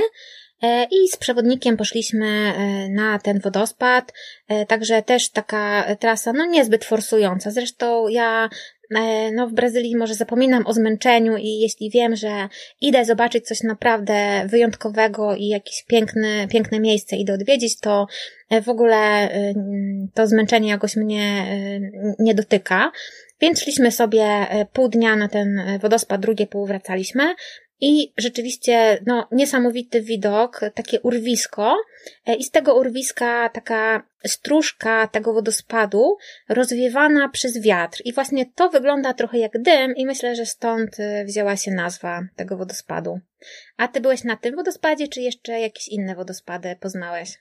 i z przewodnikiem poszliśmy na ten wodospad, także też taka trasa no niezbyt forsująca. Zresztą ja no w Brazylii może zapominam o zmęczeniu i jeśli wiem, że idę zobaczyć coś naprawdę wyjątkowego i jakieś piękne, piękne miejsce idę odwiedzić, to w ogóle to zmęczenie jakoś mnie nie dotyka. Więc szliśmy sobie pół dnia na ten wodospad, drugie pół wracaliśmy. I rzeczywiście, no, niesamowity widok, takie urwisko i z tego urwiska taka stróżka tego wodospadu rozwiewana przez wiatr. I właśnie to wygląda trochę jak dym i myślę, że stąd wzięła się nazwa tego wodospadu. A ty byłeś na tym wodospadzie, czy jeszcze jakieś inne wodospady poznałeś?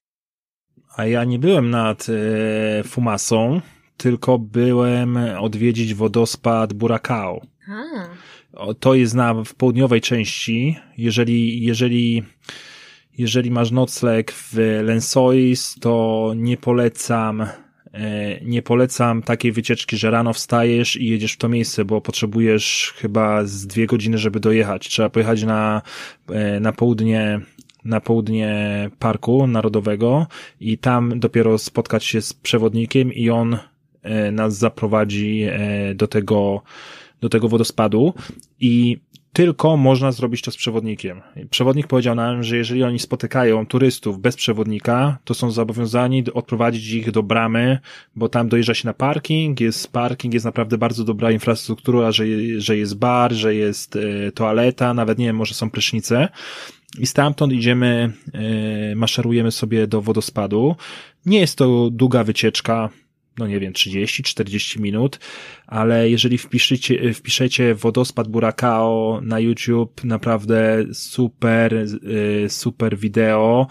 A ja nie byłem nad e, Fumasą, tylko byłem odwiedzić wodospad Buracão. A. To jest na, w południowej części. Jeżeli, jeżeli, jeżeli masz nocleg w Lençóis, to nie polecam, nie polecam takiej wycieczki, że rano wstajesz i jedziesz w to miejsce, bo potrzebujesz chyba z dwie godziny, żeby dojechać. Trzeba pojechać na, na południe, na południe Parku Narodowego i tam dopiero spotkać się z przewodnikiem i on nas zaprowadzi do tego do tego wodospadu i tylko można zrobić to z przewodnikiem. Przewodnik powiedział nam, że jeżeli oni spotykają turystów bez przewodnika, to są zobowiązani odprowadzić ich do bramy, bo tam dojeżdża się na parking, jest parking, jest naprawdę bardzo dobra infrastruktura, że, że jest bar, że jest e, toaleta, nawet nie wiem, może są prysznice. I stamtąd idziemy, e, maszerujemy sobie do wodospadu. Nie jest to długa wycieczka, no nie wiem, trzydzieści czterdzieści minut, ale jeżeli wpiszecie, wpiszecie wodospad Buracao na YouTube, naprawdę super, super wideo.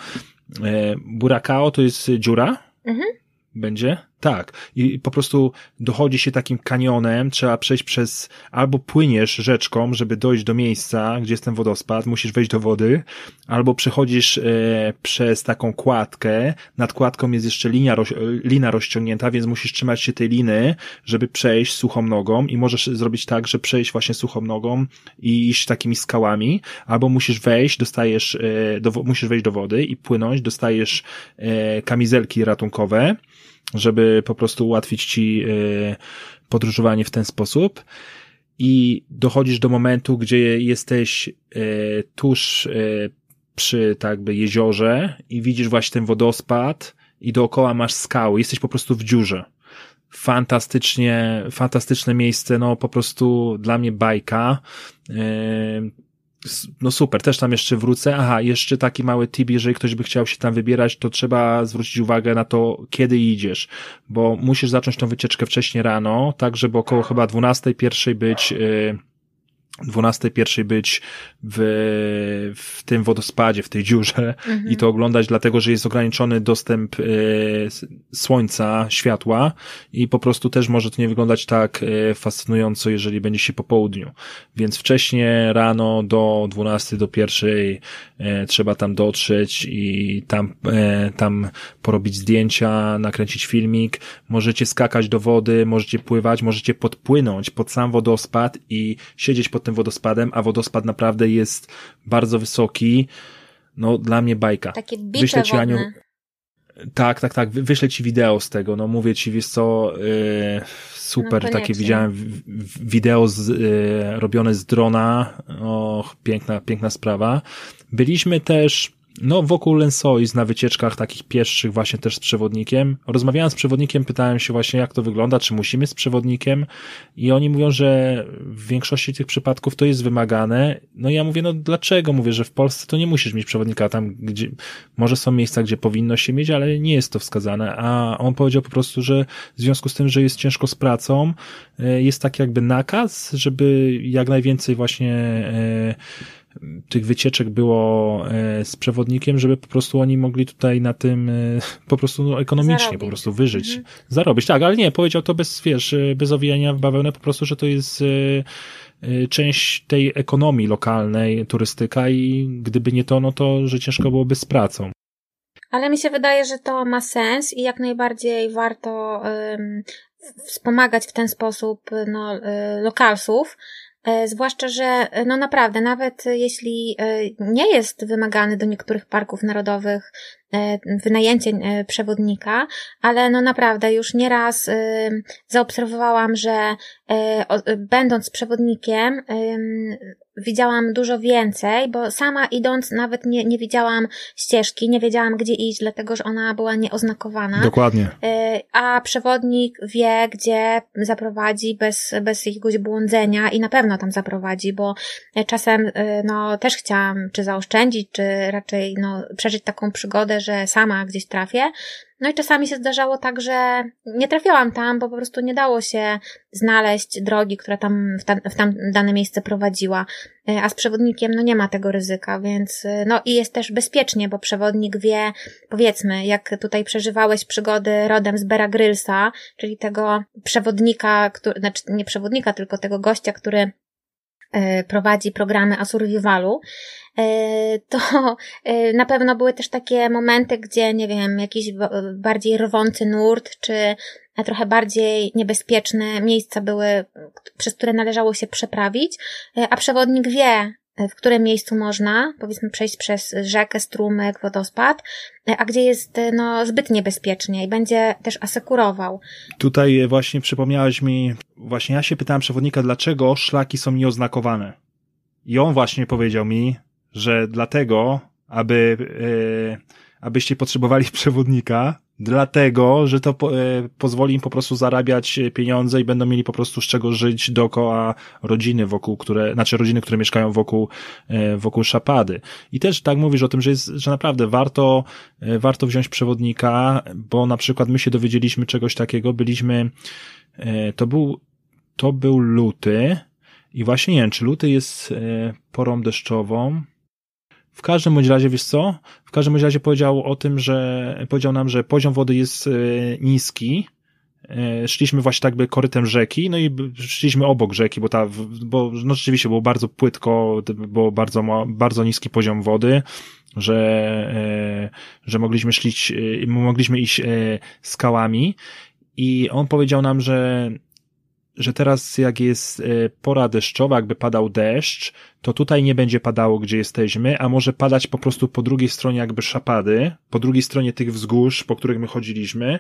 Buracao to jest dziura? Mhm. Będzie? Tak. I po prostu dochodzi się takim kanionem, trzeba przejść przez, albo płyniesz rzeczką, żeby dojść do miejsca, gdzie jest ten wodospad, musisz wejść do wody, albo przechodzisz e, przez taką kładkę, nad kładką jest jeszcze linia, roz, lina rozciągnięta, więc musisz trzymać się tej liny, żeby przejść suchą nogą i możesz zrobić tak, że przejść właśnie suchą nogą i iść takimi skałami, albo musisz wejść, dostajesz, e, do, musisz wejść do wody i płynąć, dostajesz e, kamizelki ratunkowe, żeby po prostu ułatwić ci y, podróżowanie w ten sposób i dochodzisz do momentu, gdzie jesteś y, tuż y, przy tak jakby jeziorze i widzisz właśnie ten wodospad i dookoła masz skały, jesteś po prostu w dziurze. Fantastycznie, fantastyczne miejsce, no po prostu dla mnie bajka. Y, No super, też tam jeszcze wrócę. Aha, jeszcze taki mały tip, jeżeli ktoś by chciał się tam wybierać, to trzeba zwrócić uwagę na to, kiedy idziesz, bo musisz zacząć tą wycieczkę wcześniej rano, tak żeby około chyba dwunastej pierwszej być yy, dwunastej pierwszej być w, w tym wodospadzie, w tej dziurze mhm. i to oglądać, dlatego że jest ograniczony dostęp y, słońca, światła i po prostu też może to nie wyglądać tak y, fascynująco, jeżeli będzie się po południu. Więc wcześniej rano do dwunastej, do pierwszej y, trzeba tam dotrzeć i tam, y, tam porobić zdjęcia, nakręcić filmik. Możecie skakać do wody, możecie pływać, możecie podpłynąć pod sam wodospad i siedzieć pod tym wodospadem, a wodospad naprawdę jest bardzo wysoki. No, dla mnie bajka. Takie bicze ci, Aniu, tak, tak, tak. Wyślę ci wideo z tego. No, mówię ci, wiesz co, yy, super. No, takie widziałem w, w, wideo z, yy, robione z drona. Och, piękna, piękna sprawa. Byliśmy też no wokół Lençois na wycieczkach takich pieszych właśnie też z przewodnikiem. Rozmawiałem z przewodnikiem, pytałem się właśnie jak to wygląda, czy musimy z przewodnikiem i oni mówią, że w większości tych przypadków to jest wymagane. No i ja mówię, no dlaczego? Mówię, że w Polsce to nie musisz mieć przewodnika tam, gdzie może są miejsca, gdzie powinno się mieć, ale nie jest to wskazane. A on powiedział po prostu, że w związku z tym, że jest ciężko z pracą, jest tak jakby nakaz, żeby jak najwięcej właśnie tych wycieczek było e, z przewodnikiem, żeby po prostu oni mogli tutaj na tym e, po prostu no, ekonomicznie zarobić. Po prostu wyżyć, mhm. zarobić. Tak, ale nie, powiedział to bez, wiesz, bez owijania w bawełnę, po prostu, że to jest e, e, część tej ekonomii lokalnej, turystyka i gdyby nie to, no to, że ciężko byłoby z pracą. Ale mi się wydaje, że to ma sens i jak najbardziej warto um, wspomagać w ten sposób no, y, lokalsów, zwłaszcza, że no naprawdę, nawet jeśli nie jest wymagany do niektórych parków narodowych wynajęcie przewodnika, ale no naprawdę już nieraz zaobserwowałam, że będąc przewodnikiem widziałam dużo więcej, bo sama idąc nawet nie, nie widziałam ścieżki, nie wiedziałam gdzie iść, dlatego że ona była nieoznakowana. Dokładnie. A przewodnik wie, gdzie zaprowadzi bez, bez jakiegoś błądzenia i na pewno tam zaprowadzi, bo czasem no też chciałam czy zaoszczędzić, czy raczej no przeżyć taką przygodę, że sama gdzieś trafię. No i czasami się zdarzało tak, że nie trafiałam tam, bo po prostu nie dało się znaleźć drogi, która tam w, tam w tam dane miejsce prowadziła. A z przewodnikiem no nie ma tego ryzyka, więc no i jest też bezpiecznie, bo przewodnik wie, powiedzmy, jak tutaj przeżywałeś przygody rodem z Beara Gryllsa, czyli tego przewodnika, który, znaczy nie przewodnika, tylko tego gościa, który prowadzi programy A Survivalu, to na pewno były też takie momenty, gdzie, nie wiem, jakiś bardziej rwący nurt, czy trochę bardziej niebezpieczne miejsca były, przez które należało się przeprawić, a przewodnik wie, w którym miejscu można, powiedzmy, przejść przez rzekę, strumyk, wodospad, a gdzie jest no zbyt niebezpiecznie i będzie też asekurował. Tutaj właśnie przypomniałeś mi, właśnie ja się pytałem przewodnika, dlaczego szlaki są nieoznakowane. I on właśnie powiedział mi, że dlatego, aby, yy, abyście potrzebowali przewodnika, dlatego, że to po, e, pozwoli im po prostu zarabiać pieniądze i będą mieli po prostu z czego żyć dookoła rodziny wokół, które, znaczy rodziny, które mieszkają wokół, e, wokół Szapady. I też tak mówisz o tym, że jest, że naprawdę warto, e, warto wziąć przewodnika, bo na przykład my się dowiedzieliśmy czegoś takiego, byliśmy, e, to był, to był luty i właśnie nie wiem, czy luty jest e, porą deszczową. W każdym bądź razie, wiesz co? W każdym bądź razie powiedział o tym, że powiedział nam, że poziom wody jest e, niski. E, szliśmy właśnie tak by korytem rzeki, no i szliśmy obok rzeki, bo ta, bo no rzeczywiście było bardzo płytko, było bardzo, bardzo niski poziom wody, że, e, że mogliśmy szlić, e, mogliśmy iść e, skałami i on powiedział nam, że że teraz jak jest pora deszczowa, jakby padał deszcz, to tutaj nie będzie padało, gdzie jesteśmy, a może padać po prostu po drugiej stronie jakby Szapady, po drugiej stronie tych wzgórz, po których my chodziliśmy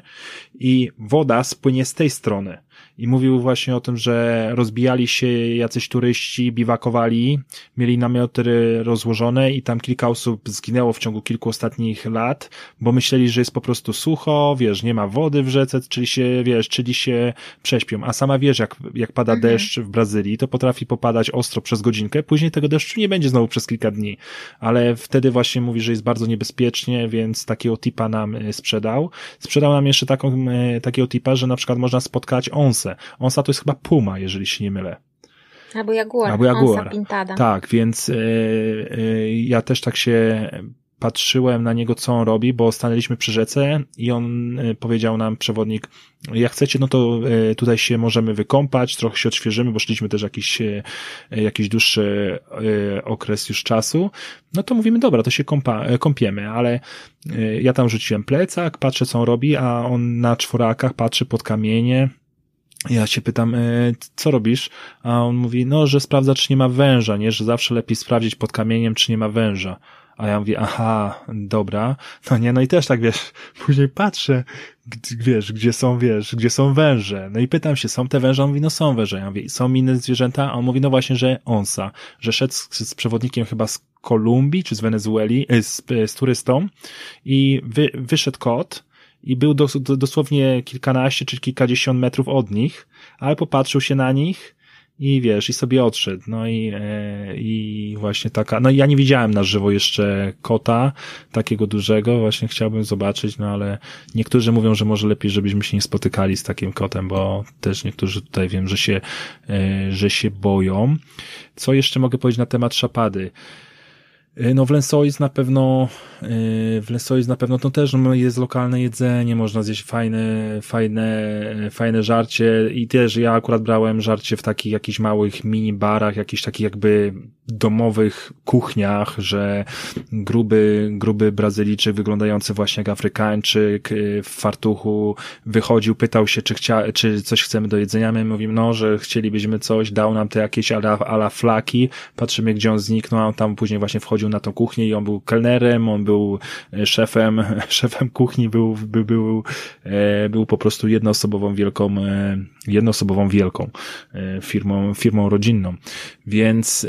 i woda spłynie z tej strony. I mówił właśnie o tym, że rozbijali się jacyś turyści, biwakowali, mieli namioty rozłożone i tam kilka osób zginęło w ciągu kilku ostatnich lat, bo myśleli, że jest po prostu sucho, wiesz, nie ma wody w rzece, czyli się, wiesz, czyli się prześpią. A sama wiesz, jak, jak pada mhm. deszcz w Brazylii, to potrafi popadać ostro przez godzinkę, później tego deszczu nie będzie znowu przez kilka dni. Ale wtedy właśnie mówi, że jest bardzo niebezpiecznie, więc takiego tipa nam sprzedał. Sprzedał nam jeszcze taką, takiego tipa, że na przykład można spotkać onsę. Onsa to jest chyba puma, jeżeli się nie mylę. Albo jaguar. Albo jaguar. Onsa pintada. Tak, więc yy, yy, ja też tak się patrzyłem na niego, co on robi, bo stanęliśmy przy rzece i on yy, powiedział nam, przewodnik, jak chcecie, no to yy, tutaj się możemy wykąpać, trochę się odświeżymy, bo szliśmy też jakiś, yy, jakiś dłuższy yy, okres już czasu. No to mówimy, dobra, to się kąpa, yy, kąpiemy, ale yy, ja tam rzuciłem plecak, patrzę, co on robi, a on na czworakach patrzy pod kamienie. Ja się pytam, co robisz? A on mówi, no, że sprawdza, czy nie ma węża, nie? Że zawsze lepiej sprawdzić pod kamieniem, czy nie ma węża. A ja mówię, aha, dobra. No nie, no i też tak, wiesz, później patrzę, wiesz, gdzie są, wiesz, gdzie są węże. No i pytam się, są te węże? On mówi, no są węże. Ja mówię, są inne zwierzęta? A on mówi, no właśnie, że onsa. Że szedł z, z przewodnikiem chyba z Kolumbii, czy z Wenezueli, z, z turystą i wy, wyszedł kot, i był dos, dosłownie kilkanaście czy kilkadziesiąt metrów od nich, ale popatrzył się na nich i wiesz, i sobie odszedł. No i, e, i właśnie taka, no ja nie widziałem na żywo jeszcze kota takiego dużego, właśnie chciałbym zobaczyć, no ale niektórzy mówią, że może lepiej, żebyśmy się nie spotykali z takim kotem, bo też niektórzy tutaj wiem, że się, e, że się boją. Co jeszcze mogę powiedzieć na temat Szapady? No w Lençóis na pewno, w Lençóis na pewno to też no, jest lokalne jedzenie, można zjeść fajne, fajne, fajne żarcie i też ja akurat brałem żarcie w takich jakichś małych mini barach, jakichś takich jakby domowych kuchniach, że gruby, gruby Brazylijczyk wyglądający właśnie jak Afrykańczyk w fartuchu wychodził, pytał się, czy chcia, czy coś chcemy do jedzenia. My mówimy, no, że chcielibyśmy coś, dał nam te jakieś ala, ala flaki, patrzymy, gdzie on zniknął, a on tam później właśnie wchodził na tą kuchnię i on był kelnerem, on był szefem, szefem kuchni, był, był, był, był po prostu jednoosobową wielką, jednoosobową wielką firmą, firmą rodzinną. Więc,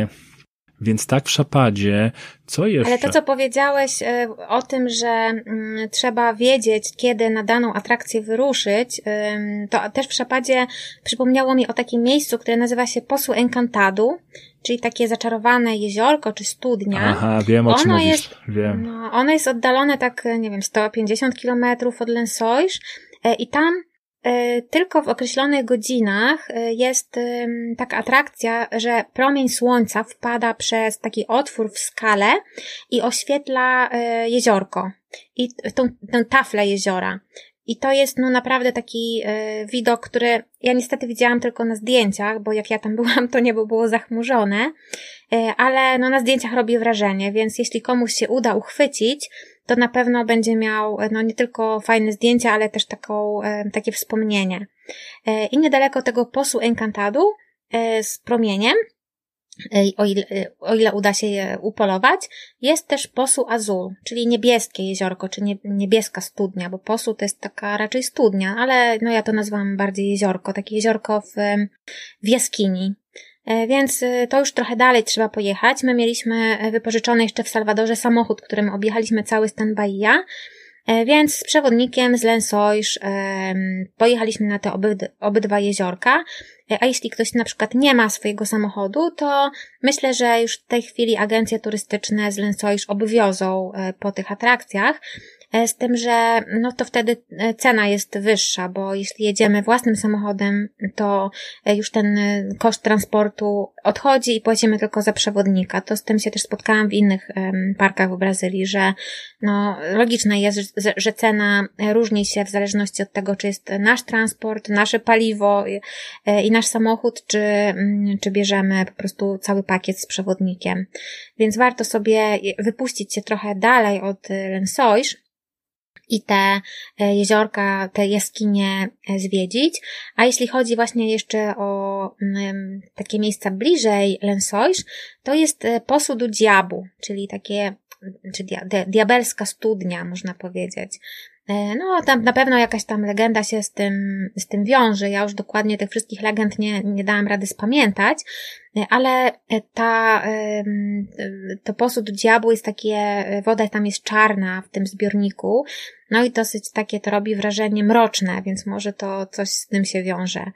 więc tak w Szapadzie, co jeszcze? Ale to, co powiedziałeś o tym, że trzeba wiedzieć, kiedy na daną atrakcję wyruszyć, to też w Szapadzie przypomniało mi o takim miejscu, które nazywa się Poço Encantado, czyli takie zaczarowane jeziorko czy studnia. Aha, wiem o czym ono mówisz. Jest, wiem. No, ono jest oddalone tak, nie wiem, sto pięćdziesiąt kilometrów od Lençóis i tam tylko w określonych godzinach jest taka atrakcja, że promień słońca wpada przez taki otwór w skale i oświetla jeziorko i tą, tę taflę jeziora. I to jest no naprawdę taki y, widok, który ja niestety widziałam tylko na zdjęciach, bo jak ja tam byłam, to niebo było zachmurzone, y, ale no na zdjęciach robi wrażenie, więc jeśli komuś się uda uchwycić, to na pewno będzie miał no nie tylko fajne zdjęcia, ale też taką, y, takie wspomnienie. Y, I niedaleko tego Poço Encantado y, z promieniem, O ile, o ile uda się je upolować, jest też Poço Azul, czyli niebieskie jeziorko, czy nie, niebieska studnia, bo Poço to jest taka raczej studnia, ale no ja to nazywam bardziej jeziorko, takie jeziorko w, w jaskini. Więc to już trochę dalej trzeba pojechać. My mieliśmy wypożyczony jeszcze w Salwadorze samochód, którym objechaliśmy cały stan Bahia Więc z przewodnikiem z Lensoisz pojechaliśmy na te obyd- obydwa jeziorka, a jeśli ktoś na przykład nie ma swojego samochodu, to myślę, że już w tej chwili agencje turystyczne z Lensoisz obwiozą po tych atrakcjach, z tym, że no to wtedy cena jest wyższa, bo jeśli jedziemy własnym samochodem, to już ten koszt transportu odchodzi i płacimy tylko za przewodnika. To z tym się też spotkałam w innych parkach w Brazylii, że no logiczne jest, że cena różni się w zależności od tego, czy jest nasz transport, nasze paliwo i nasz samochód, czy, czy bierzemy po prostu cały pakiet z przewodnikiem. Więc warto sobie wypuścić się trochę dalej od Lensoisz i te jeziorka, te jaskinie zwiedzić. A jeśli chodzi właśnie jeszcze o um, takie miejsca bliżej Lensoisz, to jest Poço do Diabo, czyli takie, czy dia, diabelska studnia, można powiedzieć. No, tam na pewno jakaś tam legenda się z tym, z tym wiąże. Ja już dokładnie tych wszystkich legend nie, nie dałam rady spamiętać, ale ta, to Poço do Diabo jest takie, woda tam jest czarna w tym zbiorniku, no i dosyć takie to robi wrażenie mroczne, więc może to coś z tym się wiąże.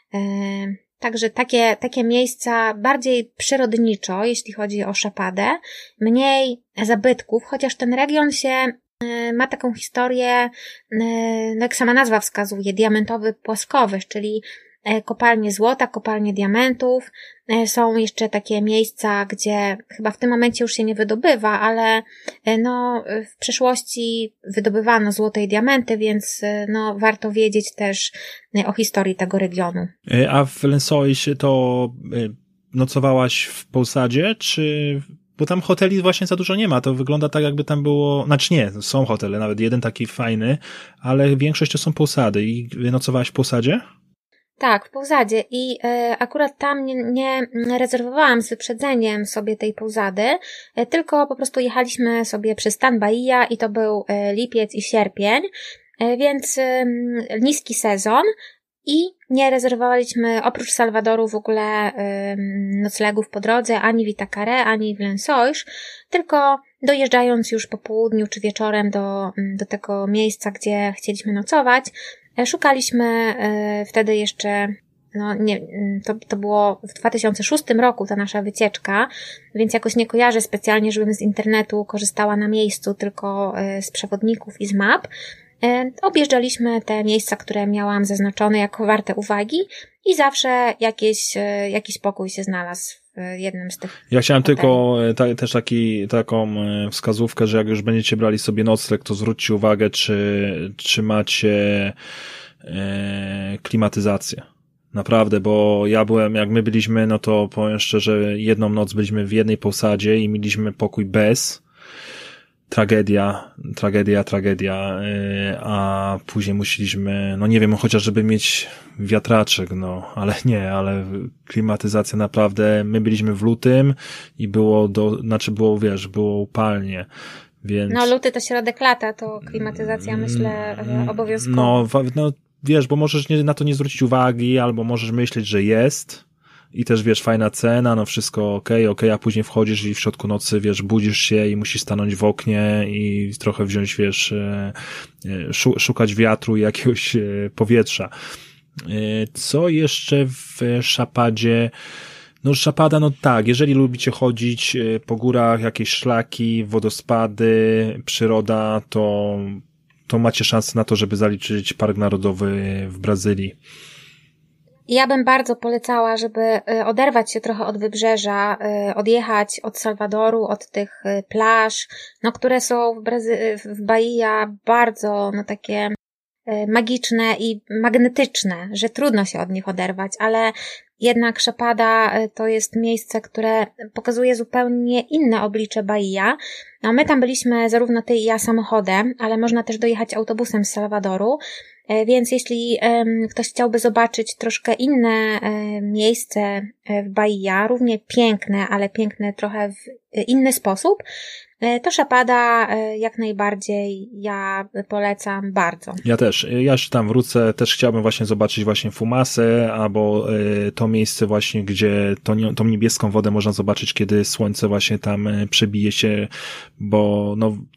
Także takie, takie miejsca bardziej przyrodniczo, jeśli chodzi o Chapadę, mniej zabytków, chociaż ten region się ma taką historię, no jak sama nazwa wskazuje, diamentowy płaskowyż, czyli kopalnie złota, kopalnie diamentów. Są jeszcze takie miejsca, gdzie chyba w tym momencie już się nie wydobywa, ale no w przeszłości wydobywano złote i diamenty, więc no warto wiedzieć też o historii tego regionu. A w Lensoisz to nocowałaś w Pousadzie, czy... Bo tam hoteli właśnie za dużo nie ma, to wygląda tak, jakby tam było, znaczy nie, są hotele, nawet jeden taki fajny, ale większość to są pousady. I nocowałaś w pousadzie? Tak, w pousadzie i y, akurat tam nie, nie rezerwowałam z wyprzedzeniem sobie tej pousady, y, tylko po prostu jechaliśmy sobie przez stan Bahia i to był y, lipiec i sierpień, y, więc y, niski sezon. I nie rezerwowaliśmy oprócz Salwadoru w ogóle y, noclegów po drodze ani w Itacaré, ani w Lensoisz, tylko dojeżdżając już po południu czy wieczorem do, do tego miejsca, gdzie chcieliśmy nocować, szukaliśmy y, wtedy jeszcze, no nie, to, to było w dwa tysiące szóstym roku ta nasza wycieczka, więc jakoś nie kojarzę specjalnie, żebym z internetu korzystała na miejscu, tylko y, z przewodników i z map. Objeżdżaliśmy te miejsca, które miałam zaznaczone jako warte uwagi i zawsze jakieś, jakiś pokój się znalazł w jednym z tych. Ja chciałem hoteli. tylko ta, też taki, taką wskazówkę, że jak już będziecie brali sobie nocleg, to zwróćcie uwagę, czy, czy macie e, klimatyzację. Naprawdę, bo ja byłem, jak my byliśmy, no to powiem szczerze, jedną noc byliśmy w jednej pousadzie i mieliśmy pokój bez. Tragedia, tragedia, tragedia, yy, a później musieliśmy, no nie wiem, chociaż żeby mieć wiatraczek, no, ale nie, ale klimatyzacja naprawdę, my byliśmy w lutym i było do, znaczy było, wiesz, było upalnie, więc... No luty to środek lata, to klimatyzacja myślę obowiązkowa. No, no wiesz, bo możesz nie, na to nie zwrócić uwagi, albo możesz myśleć, że jest, i też, wiesz, fajna cena, no wszystko okej, okay, okej, okay, a później wchodzisz i w środku nocy, wiesz, budzisz się i musisz stanąć w oknie i trochę wziąć, wiesz, szukać wiatru i jakiegoś powietrza. Co jeszcze w Chapadzie? No Chapada, no tak, jeżeli lubicie chodzić po górach, jakieś szlaki, wodospady, przyroda, to, to macie szansę na to, żeby zaliczyć Park Narodowy w Brazylii. Ja bym bardzo polecała, żeby oderwać się trochę od wybrzeża, odjechać od Salwadoru, od tych plaż, no, które są w, Brazy- w Bahia bardzo, no, takie magiczne i magnetyczne, że trudno się od nich oderwać, ale jednak Chapada to jest miejsce, które pokazuje zupełnie inne oblicze Bahia. No, my tam byliśmy zarówno ty i ja samochodem, ale można też dojechać autobusem z Salwadoru. Więc jeśli um, ktoś chciałby zobaczyć troszkę inne um, miejsce w Bahia, równie piękne, ale piękne trochę w inny sposób, to Chapada jak najbardziej ja polecam bardzo. Ja też. Ja jeszcze tam wrócę, też chciałbym właśnie zobaczyć właśnie Fumasę, albo y, to miejsce właśnie, gdzie to, tą niebieską wodę można zobaczyć, kiedy słońce właśnie tam przebije się, bo no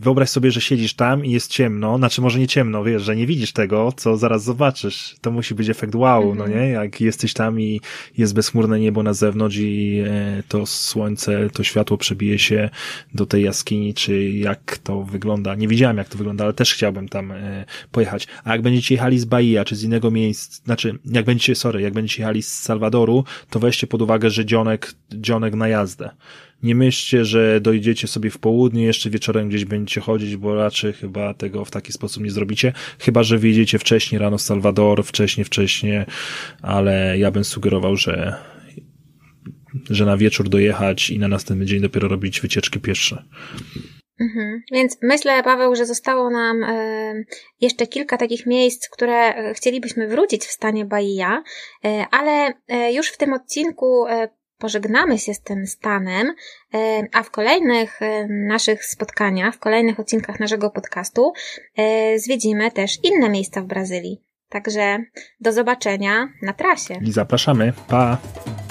wyobraź sobie, że siedzisz tam i jest ciemno, znaczy może nie ciemno, wiesz, że nie widzisz tego, co zaraz zobaczysz. To musi być efekt wow, mm-hmm. no nie? Jak jesteś tam i jest bezchmurne niebo na zewnątrz i e, to słońce, to światło przebije się do tej jaskini, czy jak to wygląda. Nie widziałem, jak to wygląda, ale też chciałbym tam e, pojechać. A jak będziecie jechali z Bahia, czy z innego miejsca, znaczy, jak będziecie, sorry, jak będziecie jechali z Salwadoru, to weźcie pod uwagę, że dzionek, dzionek na jazdę. Nie myślcie, że dojdziecie sobie w południe, jeszcze wieczorem gdzieś będziecie chodzić, bo raczej chyba tego w taki sposób nie zrobicie. Chyba że wyjedziecie wcześniej rano z Salwador, wcześniej, wcześniej, ale ja bym sugerował, że, że na wieczór dojechać i na następny dzień dopiero robić wycieczki pieszcze. Mhm. Więc myślę, Paweł, że zostało nam e, jeszcze kilka takich miejsc, które chcielibyśmy wrócić w stanie Bahia, e, ale e, już w tym odcinku e, pożegnamy się z tym stanem, a w kolejnych naszych spotkaniach, w kolejnych odcinkach naszego podcastu zwiedzimy też inne miejsca w Brazylii. Także do zobaczenia na trasie. I zapraszamy. Pa!